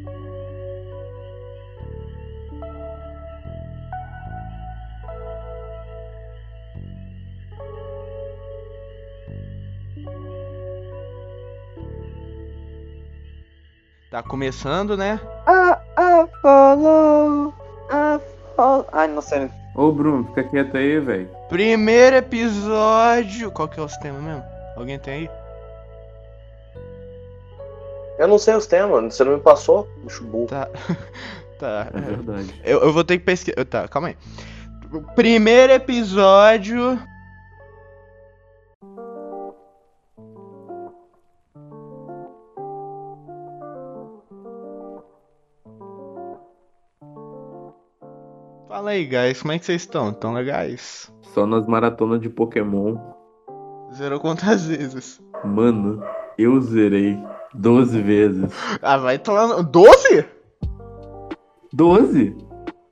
Tá começando, né? Ai, não sei. Ô Bruno, fica quieto aí, velho. Primeiro episódio. Qual que é os temas mesmo? Alguém tem aí? Eu não sei os temas, você não me passou, bicho burro. Tá. Tá. É verdade. Eu vou ter que pesquisar. Tá, calma aí. Primeiro episódio. Fala aí, guys, como é que vocês estão? Tão legais? Só nas maratonas de Pokémon. Zerou quantas vezes? Mano, eu zerei 12 vezes. Ah, vai tomar no... 12? 12?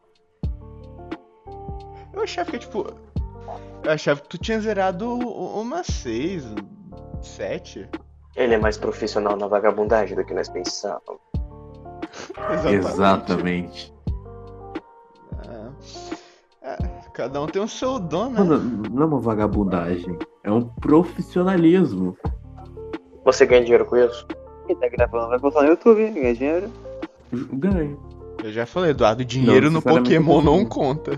Eu achava que, tipo... Eu achava que tu tinha zerado umas 6, 7. Ele é mais profissional na vagabundagem do que nós pensávamos. Exatamente. Cada um tem o seu dom, né? Mano, não é uma vagabundagem. É um profissionalismo. Você ganha dinheiro com isso? Quem tá gravando vai postar no YouTube, ganha dinheiro. Ganho. Eu já falei, Eduardo, dinheiro Não, no sinceramente, Pokémon não. não conta.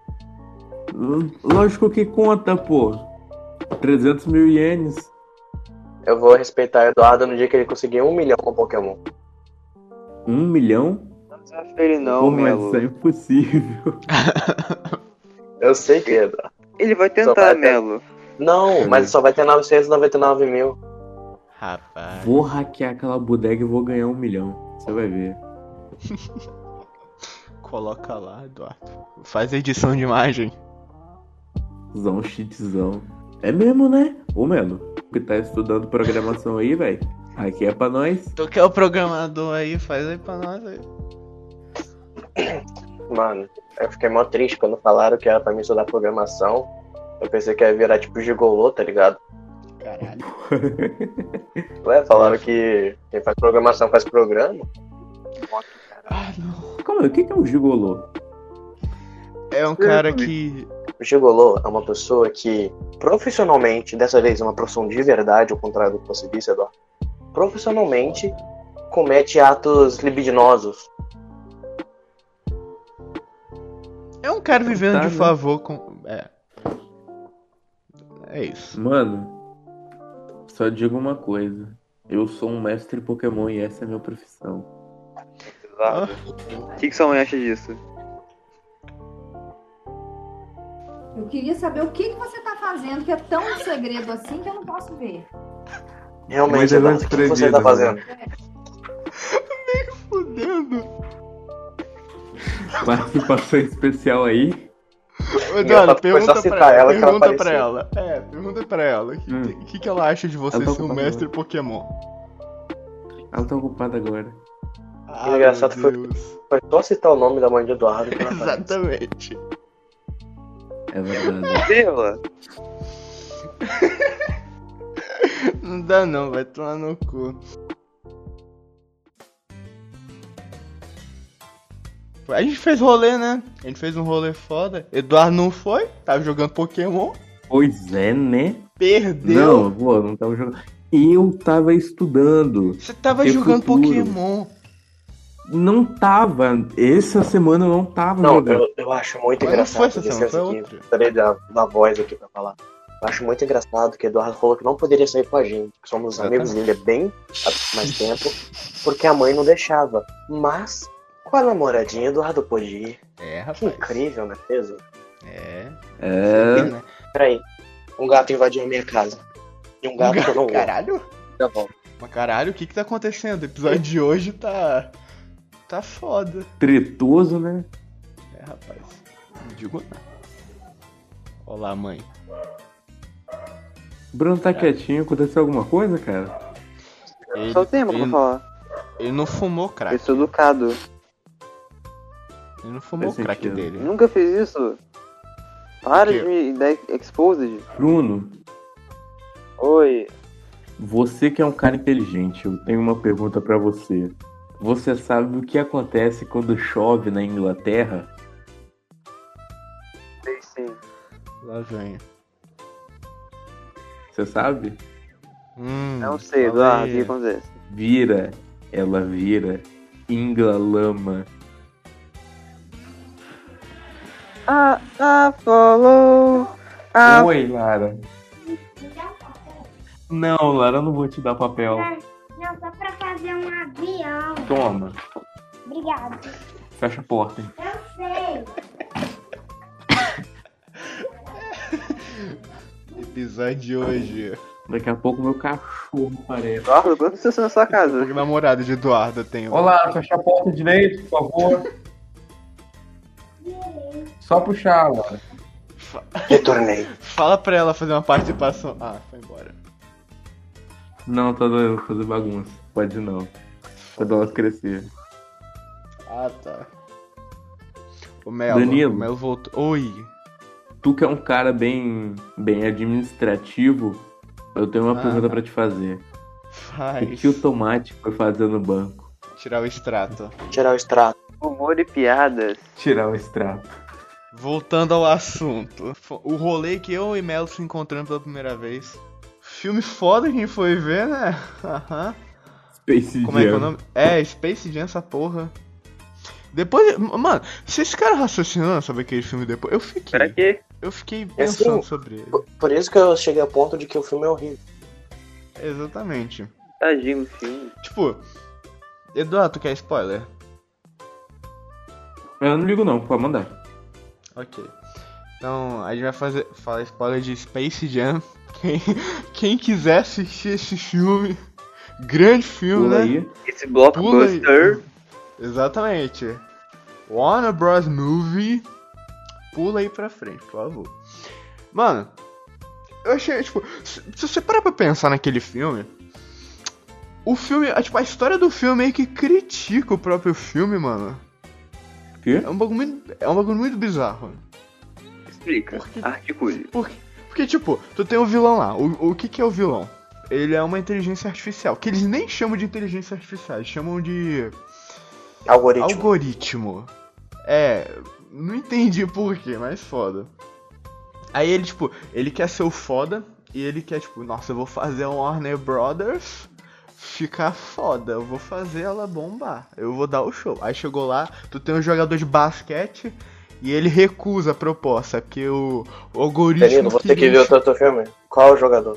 Lógico que conta, pô. 300 mil ienes. Eu vou respeitar o Eduardo no dia que ele conseguir 1 milhão com Pokémon. 1 milhão? Não desafia ele não, Pô, mas Melo. isso é impossível. Eu sei que é, Eduardo. Ele vai Só tentar, vai ter- Melo. Não, mas só vai ter 999 mil. Rapaz. Vou hackear aquela bodega e vou ganhar 1 milhão. Você vai ver. Coloca lá, Eduardo. Faz a edição de imagem. Usar um cheatzão. É mesmo, né? Ô, Melo, que tá estudando programação aí, velho. Aqui é pra nós. Tu que é o programador aí, faz aí pra nós aí. Mano, eu fiquei mó triste quando falaram que era pra mim estudar programação. Eu pensei que ia virar tipo gigolô, tá ligado? Caralho. Ué, falaram que quem faz programação faz programa. Ah, não. Calma, o que é um gigolô? É um cara que... O gigolô é uma pessoa que profissionalmente, dessa vez é uma profissão de verdade, ao contrário do que você disse, Eduardo, profissionalmente comete atos libidinosos. É um cara vivendo Tá, de né? favor com... É isso. Mano, só digo uma coisa. Eu sou um mestre Pokémon e essa é a minha profissão. Exato. O que sua mãe acha disso? Eu queria saber o que você tá fazendo que é tão segredo assim que eu não posso ver. Realmente, Mas é Eduardo, mais o que você proibido, tá fazendo? Fudendo. Participação especial aí. Ô, Eduardo, Foi só pergunta citar pra ela. ela que ela Pergunta pra apareceu. ela. Pergunta pra ela. O que ela acha de você Ela tá ser um ocupada mestre Pokémon? Ela tá ocupada agora. Ah, engraçado meu foi- Deus. Foi só citar o nome da mãe de Eduardo que ela aparece. Exatamente. É verdade. Vila. Não dá não, vai tomar no cu. A gente fez rolê, né? A gente fez um rolê foda. Eduardo não foi, tava jogando Pokémon. Pois é, né? Perdeu. Não, pô, não tava jogando. Eu tava estudando. Você tava Tem jogando futuro. Pokémon. Não tava. Essa semana eu não tava Não, jogando. eu acho muito Mas não foi engraçado. essa semana, licença foi aqui, outra. Peraí, da voz aqui pra falar. Eu acho muito engraçado que Eduardo falou que não poderia sair com a gente. Que somos amigos dele há bem mais tempo, porque a mãe não deixava. Mas, com a namoradinha, Eduardo pôde ir. É, Que rapaz. incrível, não é mesmo? É. É. Né? Peraí, um gato invadiu a minha casa. E um gato que eu não gosto. Caralho. Já volto. Mas caralho, o que tá acontecendo? O episódio de hoje tá... Tá foda. Tretoso, né? É, rapaz. Não digo nada. Olá, mãe. Bruno tá quietinho. Aconteceu alguma coisa, cara? Só tem uma pra falar. Ele não fumou Eu crack. sou educado. Ele não fumou o Faz crack sentido. dele. Nunca fiz isso. Para O quê? de me dar exposed. Bruno, Oi. você que é um cara inteligente, eu tenho uma pergunta pra você. Você sabe o que acontece quando chove na Inglaterra? Sei sim. Lá vem. Você sabe? Não sei, fala Eduardo, o aí. que acontece? Ela vira Inglalama. Follow. Oi, Lara. Não, Lara, eu não vou te dar papel. Não, só pra fazer um avião. Toma, Obrigada. fecha a porta, hein? Eu sei. Episódio de hoje. Daqui a pouco meu cachorro aparece. Eduardo, quantas pessoas na sua casa? Porque namorada de Eduardo tem. Olá, fecha a porta direito, por favor. Só puxar, Lara. Retornei. Fala pra ela fazer uma participação. Ah, foi embora. Não, tá doendo fazer bagunça. Pode não. Quando elas crescer. Ah, tá. O Melo. Danilo. O Melo voltou. Oi. Tu que é um cara bem administrativo, eu tenho uma pergunta pra te fazer. O que o Faz. Tomate foi fazer no banco? Tirar o extrato. Tirar o extrato. Humor e piadas. Tirar o extrato. Voltando ao assunto. O rolê que eu e Melo se encontramos pela primeira vez. Filme foda, quem foi ver, né? Aham. Space Como é que é o Jam. nome? É, Space Jam, essa porra. Depois, mano, vocês ficaram raciocinando sobre aquele filme depois? Pra quê? Eu fiquei pensando sobre ele. Por isso que eu cheguei ao ponto de que o filme é horrível. Exatamente. Tadinho do filme. Tipo, Eduardo, tu quer spoiler? Eu não ligo não, pode mandar. Ok. Então, a gente vai falar spoiler de Space Jam. Quem quiser assistir esse filme, grande filme, Pula né? aí. Esse blockbuster. Exatamente. Warner Bros. Movie. Pula aí pra frente, por favor. Mano, eu achei, tipo, se você parar pra pensar naquele filme, o filme, tipo, a história do filme meio que critica o próprio filme, mano. Quê? É um bagulho muito bizarro. Explica. Por quê? Articule. Porque, tipo, tu tem o vilão lá. O que é o vilão? Ele é uma inteligência artificial. Que eles nem chamam de inteligência artificial, eles chamam de Algoritmo. algoritmo. É, não entendi por quê, mas foda. Aí ele, tipo, ele quer ser o foda. E ele quer, tipo, nossa, eu vou fazer a Warner Brothers ficar foda. Eu vou fazer ela bombar. Eu vou dar o show. Aí chegou lá, tu tem um jogador de basquete. E ele recusa a proposta, porque o algoritmo. Danilo, você que queria- viu tanto o filme, qual é o jogador?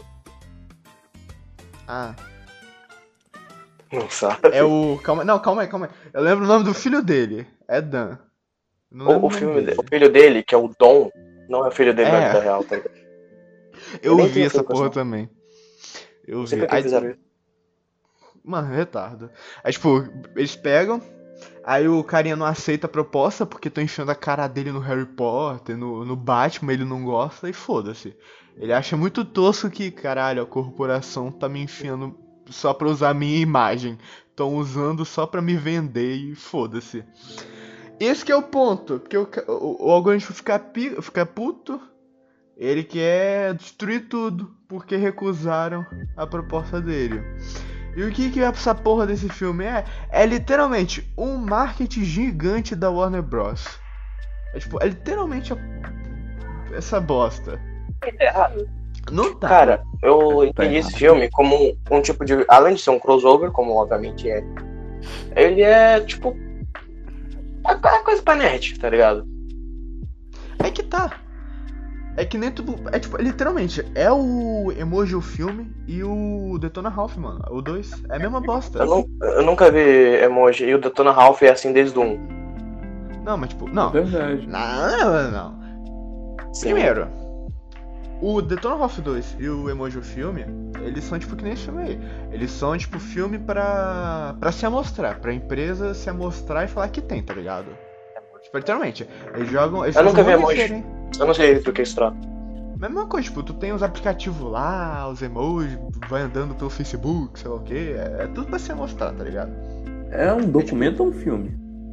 Ah, Não sabe. é o. Calma aí. Eu lembro o nome do filho dele. É Dan. Não lembro O, o nome filme, dele. o filho dele, que é o Dom, não é o filho dele É. na vida real, tá ligado? Eu nem vi tenho essa filme porra pessoal. também. Eu Não sei vi. por que Aí, fizeram isso. mano, retardo. Aí, tipo, eles pegam. Aí o carinha não aceita a proposta porque estão enfiando a cara dele no Harry Potter, no Batman, ele não gosta e foda-se. Ele acha muito tosco que, caralho, a corporação tá me enfiando só pra usar a minha imagem. Estão usando só pra me vender e foda-se. Esse que é o ponto, porque o algoritmo fica puto, ele quer destruir tudo porque recusaram a proposta dele. E o que essa porra desse filme é? É literalmente um marketing gigante da Warner Bros. É tipo, é literalmente essa bosta. Não tá. Cara, eu Tá entendi errado. esse filme como um tipo de. Além de ser um crossover, como obviamente é. Ele é tipo. É coisa pra nerd, tá ligado? É que tá. É que nem tudo. É tipo, literalmente, é o Emoji o filme e o Detona Ralph, mano. O 2. É a mesma bosta. Eu nunca vi emoji. E o Detona Ralph é assim desde o 1. Não, mas tipo, não. Verdade. Não. Primeiro, o Detona Ralph 2 e o Emoji o filme, eles são tipo que nem esse filme aí. Eles são tipo filme pra se amostrar, pra empresa se amostrar e falar que tem, tá ligado? Tipo, literalmente, eles jogam. Eles Eu nunca fazem vi uma emoji. referência. Eu não sei do que se trata. Mesma coisa, tipo, tu tem os aplicativos lá, os emojis, vai andando pelo Facebook, sei lá o que, é tudo pra se amostrar, tá ligado? É um documento ou um filme?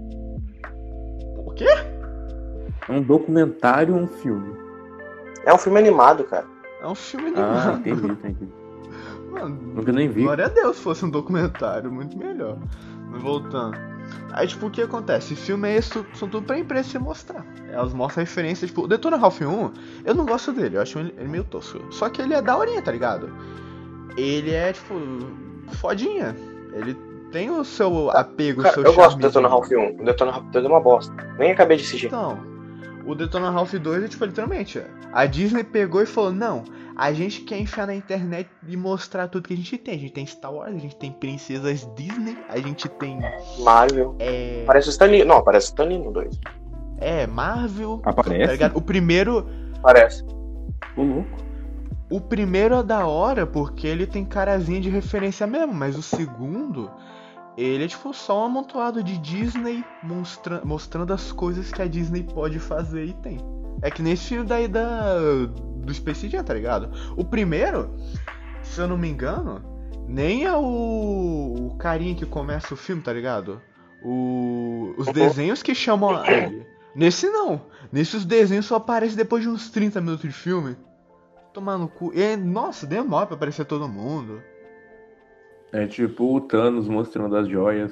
O quê? É um documentário ou um filme? É um filme animado, cara. É um filme Ah, animado. entendi. Mano, Nunca nem vi. glória a Deus fosse um documentário, muito melhor. voltando. Aí, tipo, o que acontece? Esse filme é esse, são tudo pra empresa se mostrar. Elas mostram referências, tipo, o Detona Ralph 1, eu não gosto dele, eu acho ele meio tosco. Só que ele é daorinha, tá ligado? Ele é, tipo, fodinha. Ele tem o seu apego, o Cara, seu eu gosto do charmezinho. Detona Ralph 1. O Detona Ralph 2 é uma bosta. Nem acabei de assistir. Então, o Detona Ralph 2 é, tipo, literalmente, a Disney pegou e falou, não, a gente quer enfiar na internet e mostrar tudo que a gente tem. A gente tem Star Wars, a gente tem princesas Disney, a gente tem... Marvel. Parece o Stanley. Não, parece o Stanley no 2. Marvel. Aparece? Tá ligado? O primeiro Parece. Ô, louco. O primeiro é da hora porque ele tem carazinha de referência mesmo, mas o segundo, ele é tipo só um amontoado de Disney mostrando as coisas que a Disney pode fazer e tem. É que nem esse filme daí do Space Jam, tá ligado? O primeiro, se eu não me engano, nem é o carinha que começa o filme, tá ligado? Os desenhos que chamam ele. Nesse não. Nesse os desenhos só aparecem depois de uns 30 minutos de filme. Tomar no cu. Nossa, demora pra aparecer todo mundo. É tipo o Thanos mostrando as joias.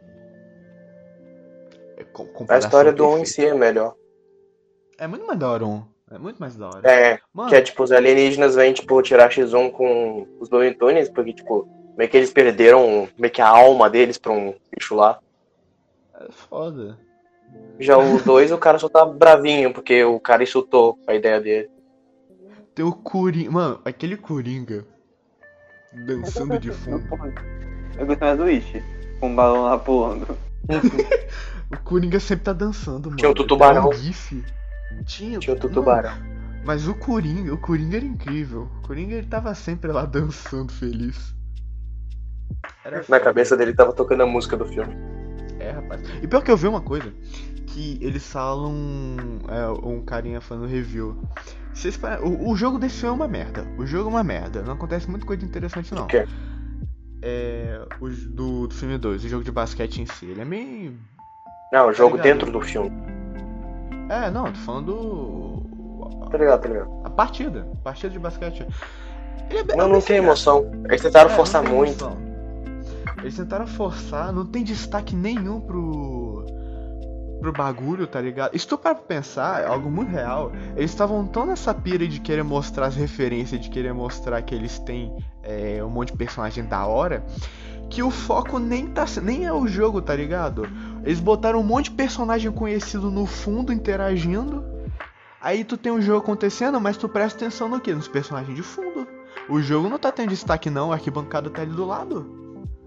A história do 1 em si é melhor. É muito mais da hora um. É muito mais da hora. Mano, Que é tipo, os alienígenas vêm, tipo, tirar X1 com os Looney Tunes, porque, tipo, meio que eles perderam meio que a alma deles pra um bicho lá. é foda. Já o 2, o cara só tá bravinho, porque o cara insultou a ideia dele. Tem o Coringa. Mano, aquele Coringa dançando de fundo. Eu gosto mais do Ishi, com um balão lá pulando. O Coringa sempre tá dançando, mano. Tinha o Tutubarão. Tem um gif. Tinha Tinha o Tutubarão. Mas o Coringa era incrível. O Coringa ele tava sempre lá dançando feliz. Era Na foda. cabeça dele tava tocando a música do filme. Rapaz. E pior que eu vi uma coisa, que eles falam, um carinha falando review. O jogo desse filme é uma merda. O jogo é uma merda. Não acontece muita coisa interessante não. O quê? O do filme 2, o jogo de basquete em si. Ele é meio... Não, o jogo ligado? dentro do filme. Não, tô falando do... Tá ligado. A partida de basquete. Ele é bem... Não tem emoção. Eles tentaram forçar não tem muito. emoção. Eles tentaram forçar, não tem destaque nenhum pro bagulho, tá ligado? Se tu parar pra pensar, é algo muito real. Eles estavam tão nessa pira de querer mostrar as referências, de querer mostrar que eles têm um monte de personagem da hora, que o foco nem é o jogo, tá ligado? Eles botaram um monte de personagem conhecido no fundo interagindo. Aí tu tem um jogo acontecendo, mas tu presta atenção no quê? Nos personagens de fundo. O jogo não tá tendo destaque não, a arquibancada tá ali do lado.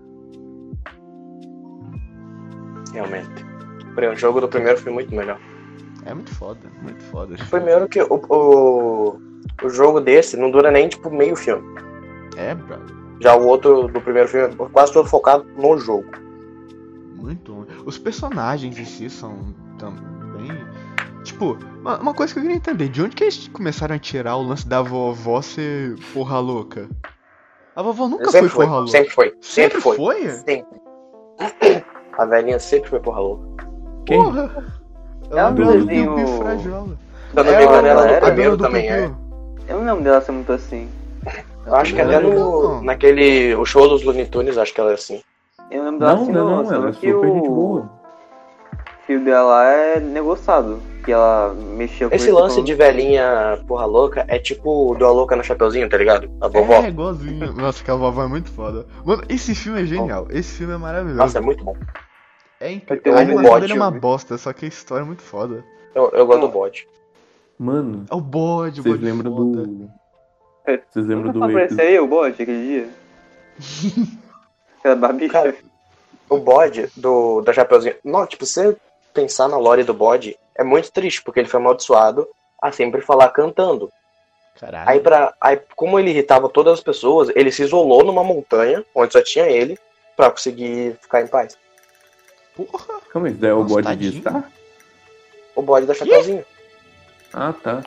Realmente. O jogo do primeiro foi muito melhor. É muito foda, muito foda. Primeiro que o jogo desse não dura nem, tipo, meio filme. Brother. Já o outro do primeiro filme é quase todo focado no jogo. Muito ruim. Os personagens em si são também... Tipo, uma coisa que eu queria entender. De onde que eles começaram a tirar o lance da vovó ser porra louca? A vovó nunca foi porra louca. Sempre foi. Sempre foi? Sempre. A velhinha sempre foi porra louca. Quem? Porra! Ela lembro não do desenho- Bibi Frajola. Se eu não É, me engano, ela a no dona primeiro do também é. Piu-Piu. Eu não lembro dela ser muito assim. Eu acho que Ela até é legal. naquele... O show dos Looney Tunes, acho que ela é assim. Eu lembro dela assim, Não, só ela é que super gente o boa. filho dela é negociado. Que ela mexeu com Esse ele, lance falou- de velhinha porra louca é tipo do A Louca no Chapeuzinho, tá ligado? A vovó. É, igualzinho. Nossa, aquela vovó é muito foda. Mano, esse filme é genial. Esse filme é maravilhoso. Nossa, é muito bom. É Eu incrível. tenho A um animação bode, dele é uma viu? bosta, só que a história é muito foda. Eu gosto do bode. Mano, É o bode, vocês bode lembram foda. do... Vocês lembram Nunca do apareceu episódio... aí o bode aquele dia? Aquela barbicha. Cara, o bode da Chapeuzinho... Não, tipo, se você pensar na lore do bode, é muito triste, porque ele foi amaldiçoado a sempre falar cantando. Caralho. Aí, como ele irritava todas as pessoas, ele se isolou numa montanha, onde só tinha ele, pra conseguir ficar em paz. Porra. Calma aí, isso daí é o Nossa, bode tadinho. de Star? O bode da Chapeuzinho. Ah, tá.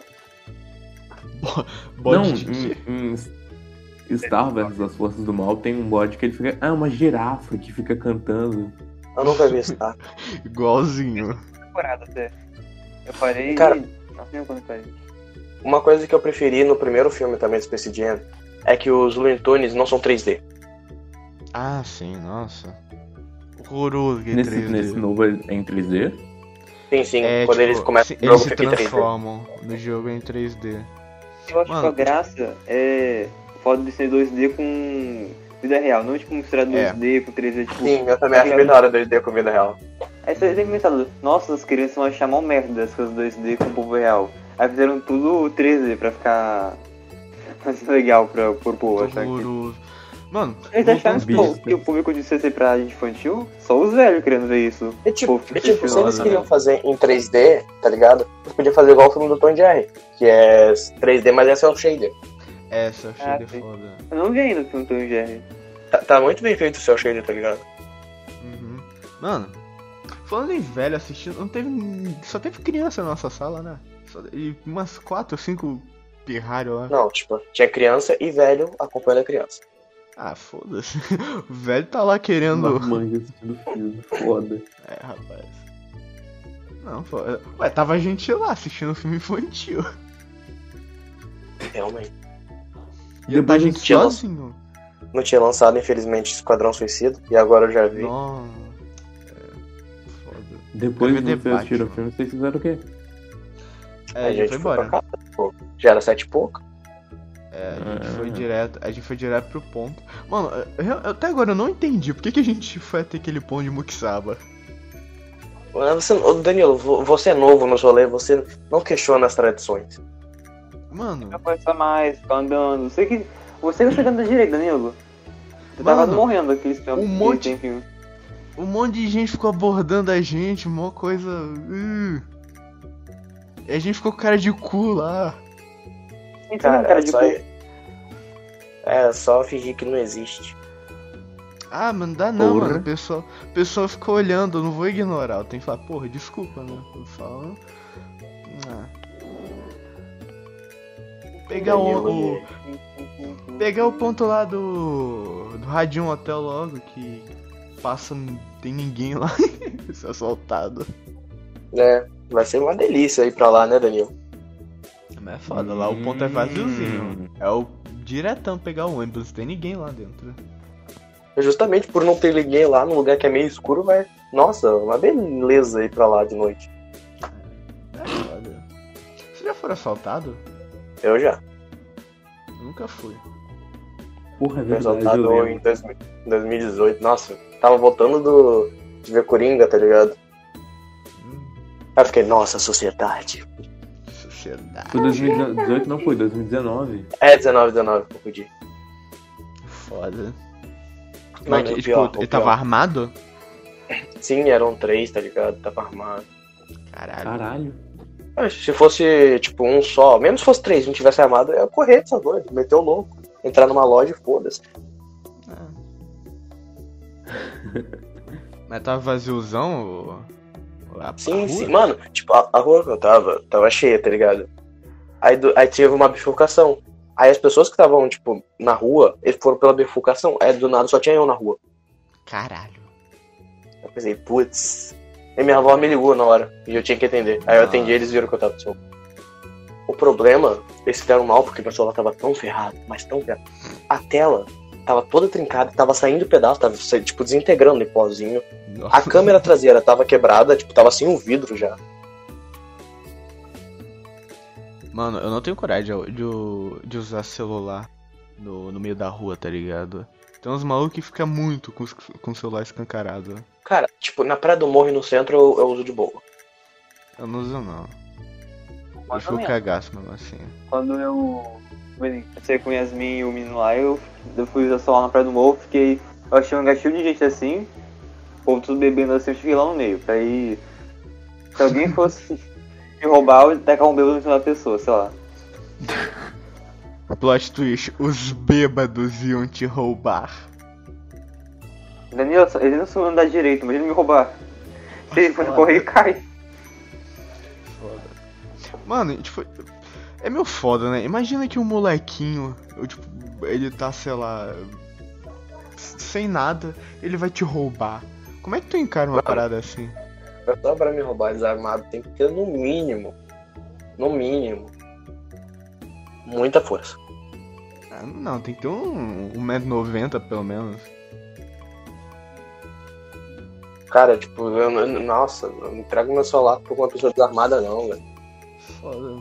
Bode Não, de quê? em Star vs as Forças do Mal tem um bode que ele fica... Ah, uma girafa que fica cantando. Eu nunca vi isso, tá? Igualzinho. Temporada até. Eu parei. Cara- Não sei quando eu parei. Uma coisa que eu preferi no primeiro filme também do Space Jam é que os Looney Tunes não são 3D. Ah, sim, nossa. Horroroso que é Nesse 3D. novo é em 3D? Sim, É, quando tipo, eles começam o eles jogo se fica em 3D. transformam no jogo em 3D. Eu acho Mano. que a graça é o fato de ser 2D com vida real, não tipo misturar 2D com 3D, tipo... Sim, eu também acho melhor a 2D com vida real. Aí você tem pensado, nossa, as crianças vão achar mal merda das coisas 2D com o povo real. Aí fizeram tudo 3D pra ficar mais legal pro povo, achar que... Horroroso. Mano, Eles acharam voltando- que o público de ser pra gente infantil, só os velhos querendo ver isso. E tipo, Pô, fica se eles né? queriam fazer em 3D, tá ligado? Eles podiam fazer igual o filme do Tom e Jerry, que é 3D, mas é cel shader. essa cheia de sim. foda. Eu não vi ainda o filme do Tom e Jerry. Tá muito bem feito o cel shader, tá ligado? Uhum. Mano, falando em velho assistindo, não teve. Só teve criança na nossa sala, né? E umas 4 ou 5 pirralhos lá. Não, tipo, tinha criança e velho acompanhando a criança. Ah, foda-se. O velho tá lá querendo. Manja assistindo filme. Foda. É, rapaz. Não, pô. Ué, tava a gente lá assistindo filme infantil. Realmente. E tá a gente tinha- sozinho. Não tinha lançado, infelizmente, Esquadrão Suicida, e agora eu já vi. Nossa. Foda. Depois Quero que ver vocês assistiram o Batman. filme, vocês fizeram o quê? É, a gente foi foi pra embora. casa, pô. Já era 7 e pouco. É, a gente foi direto pro ponto. Mano, até agora eu não entendi por que a gente foi até aquele ponto de Muxaba. Ô, Danilo, você é novo no rolê, você não questiona as tradições. Mano, Não pode mais, ficar andando. Você que anda direito, Danilo. Você tava Mano, morrendo aqueles tempos. um monte- tempinho. um monte de gente ficou abordando a gente, mó coisa. E a gente ficou com cara de cu lá. Então, cara, de só, cu. só fingir que não existe. Ah, mano, dá não, Porra. mano. O pessoal ficou olhando, eu não vou ignorar. Eu tenho que falar, porra, desculpa, né? Eu falo. Pegar pegar o ponto lá do Radinho Hotel logo, que passa, não tem ninguém lá. Isso é assaltado. Vai ser uma delícia ir pra lá, né, Danilo? Mas é foda, lá o ponto é vaziozinho. É o diretão pegar o ônibus, não tem ninguém lá dentro. Justamente por não ter ninguém lá num lugar que é meio escuro, vai. Nossa, uma beleza ir pra lá de noite. É foda. Você já foi assaltado? Eu já. Nunca fui. Porra, é Fui verdade, assaltado eu em lembro. 2018. Nossa, tava voltando de ver Coringa, tá ligado? Aí eu fiquei, nossa, sociedade. Sociedade. Foi 2018, não foi, 2019. É 19, confundi. Foda. Mas, Mano, tipo, o pior, ele tava armado? Sim, eram 3, tá ligado? Tava armado. Caralho. Caralho. Se fosse, tipo, um só, mesmo se fosse 3, não tivesse armado, eu ia correr dessa doida, meter o louco, entrar numa loja e foda-se. Mas tava vaziozão? A Sim, rua? sim. Mano, tipo, a rua que eu tava cheia, tá ligado? Aí teve uma bifurcação. Aí as pessoas que estavam, tipo, na rua, eles foram pela bifurcação. Aí do nada só tinha eu na rua. Caralho. Eu pensei, putz. E minha avó me ligou na hora. E eu tinha que atender. Aí eu atendi e eles viram que eu tava de soco. O problema, eles se deram mal porque meu celular tava tão ferrado, mas tão ferrado. A tela tava toda trincada, tava saindo pedaço, tava, tipo, desintegrando em pozinho. Nossa. A câmera traseira tava quebrada, tipo, tava sem o vidro já. Mano, eu não tenho coragem de usar celular no meio da rua, tá ligado? Tem uns malucos que ficam muito com o celular escancarado. Cara, tipo, na Praia do Morro e no centro eu uso de boa. Eu não uso não. Eu Mais ou fico menos. cagaço mesmo assim. Quando eu comecei com o Yasmin e o menino lá, eu fui usar celular na Praia do Morro, fiquei. Eu achei um gatinho de gente assim, o povo tudo bebendo assim, eu fiquei lá no meio. Pra aí. Se alguém fosse me roubar, eu tacar um bêbado em cima da pessoa, sei lá. Plot twist, os bêbados iam te roubar. Danilo, ele não sabe andar direito, imagina me roubar. Se ele for correr, ele cai. Foda. Mano, tipo, é meio foda, né? Imagina que um molequinho, ele tá, sei lá, sem nada, ele vai te roubar. Como é que tu encara uma parada assim? Só pra me roubar desarmado tem que ter no mínimo, muita força. Ah, não, tem que ter um 1,90m pelo menos. Cara, tipo, nossa, eu não entrego meu celular pra uma pessoa desarmada não, velho. Foda.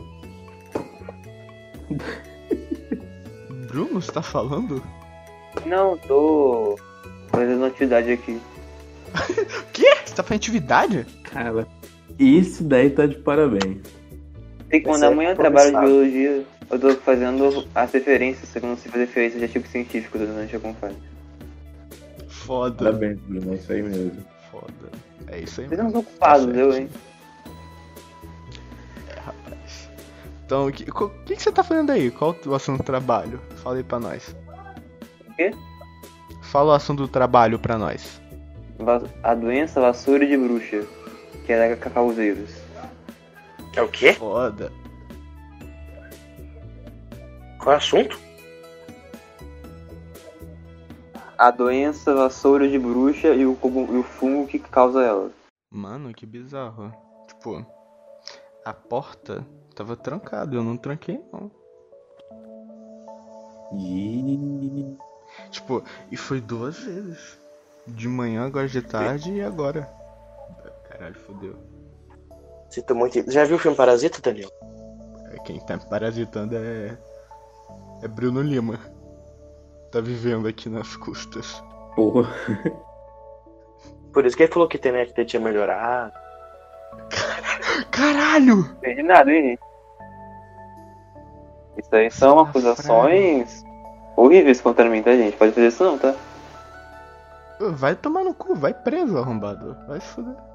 Bruno, você tá falando? Não, tô fazendo atividade aqui. Quê? Você tá fazendo atividade? Cara, isso daí tá de parabéns. Tem que Esse mandar é amanhã trabalho de começado. biologia. Eu tô fazendo as referências, só que eu não sei fazer referência de artigo científico durante a conferência. Foda. Parabéns, Bruno, é isso aí mesmo. Foda. É isso aí Vocês não mesmo. são ocupados, Tá eu, certo. hein? Rapaz. Então, o que você tá fazendo aí? Qual o assunto do trabalho? Fala aí pra nós. O quê? Fala o assunto do trabalho pra nós. A doença vassoura de bruxa, que é da cacauzeiros. É o quê? Foda. Qual é o assunto? A doença vassoura de bruxa e o fungo que causa ela. Mano, que bizarro. Tipo, a porta tava trancada, eu não tranquei não. E Tipo, e foi 2 vezes. De manhã, agora de tarde e agora. Caralho, fodeu. Sinto muito. Já viu o filme Parasita, Daniel? Quem tá me parasitando é Bruno Lima. Tá vivendo aqui nas custas. porra. Por isso que ele falou que a internet tinha melhorado. Caralho! Não entendi nada, hein, gente? Isso aí são acusações horríveis contra mim, tá, gente? Pode fazer isso não, tá? Vai tomar no cu, vai preso, arrombado. Vai se fuder.